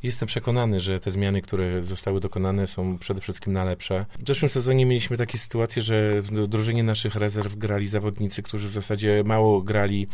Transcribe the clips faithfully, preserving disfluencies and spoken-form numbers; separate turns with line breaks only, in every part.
Jestem przekonany, że te zmiany, które zostały dokonane, są przede wszystkim na lepsze. W zeszłym sezonie mieliśmy takie sytuacje, że w drużynie naszych rezerw grali zawodnicy, którzy w zasadzie mało grali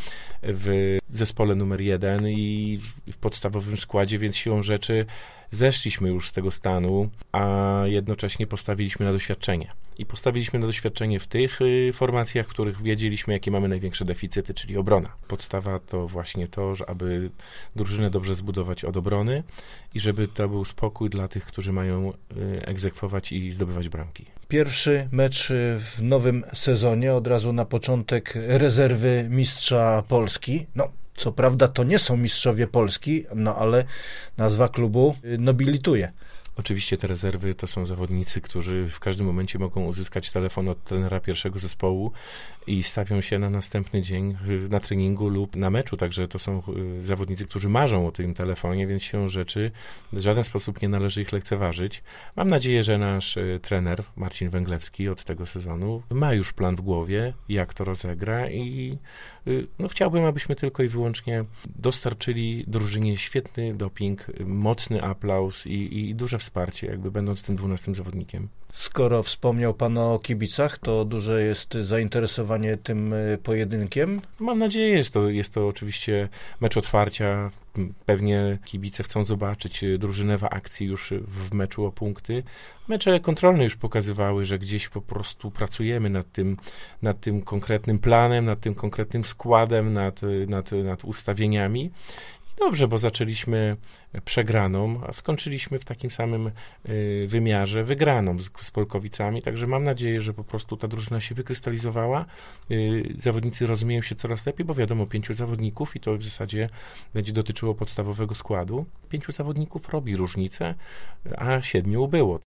w zespole numer jeden i w podstawowym składzie, więc siłą rzeczy zeszliśmy już z tego stanu, a jednocześnie postawiliśmy na doświadczenie. I postawiliśmy na doświadczenie w tych y, formacjach, w których wiedzieliśmy, jakie mamy największe deficyty, czyli obrona. Podstawa to właśnie to, że aby drużynę dobrze zbudować od obrony i żeby to był spokój dla tych, którzy mają y, egzekwować i zdobywać bramki.
Pierwszy mecz w nowym sezonie, od razu na początek rezerwy mistrza Polski. No, co prawda to nie są mistrzowie Polski, no ale nazwa klubu nobilituje.
Oczywiście te rezerwy to są zawodnicy, którzy w każdym momencie mogą uzyskać telefon od trenera pierwszego zespołu i stawią się na następny dzień na treningu lub na meczu, także to są zawodnicy, którzy marzą o tym telefonie, więc siłą rzeczy w żaden sposób nie należy ich lekceważyć. Mam nadzieję, że nasz trener Marcin Węglewski od tego sezonu ma już plan w głowie, jak to rozegra i no, chciałbym, abyśmy tylko i wyłącznie dostarczyli drużynie świetny doping, mocny aplauz i, i duże wsparcie, jakby będąc tym dwunastym zawodnikiem.
Skoro wspomniał Pan o kibicach, to duże jest zainteresowanie tym pojedynkiem?
Mam nadzieję, jest to, jest to oczywiście mecz otwarcia. Pewnie kibice chcą zobaczyć drużynę w akcji już w meczu o punkty. Mecze kontrolne już pokazywały, że gdzieś po prostu pracujemy nad tym, nad tym konkretnym planem, nad tym konkretnym składem, nad, nad, nad ustawieniami. Dobrze, bo zaczęliśmy przegraną, a skończyliśmy w takim samym y, wymiarze wygraną z, z Polkowicami, także mam nadzieję, że po prostu ta drużyna się wykrystalizowała, y, zawodnicy rozumieją się coraz lepiej, bo wiadomo, pięciu zawodników i to w zasadzie będzie dotyczyło podstawowego składu. Pięciu zawodników robi różnicę, a siedmiu ubyło.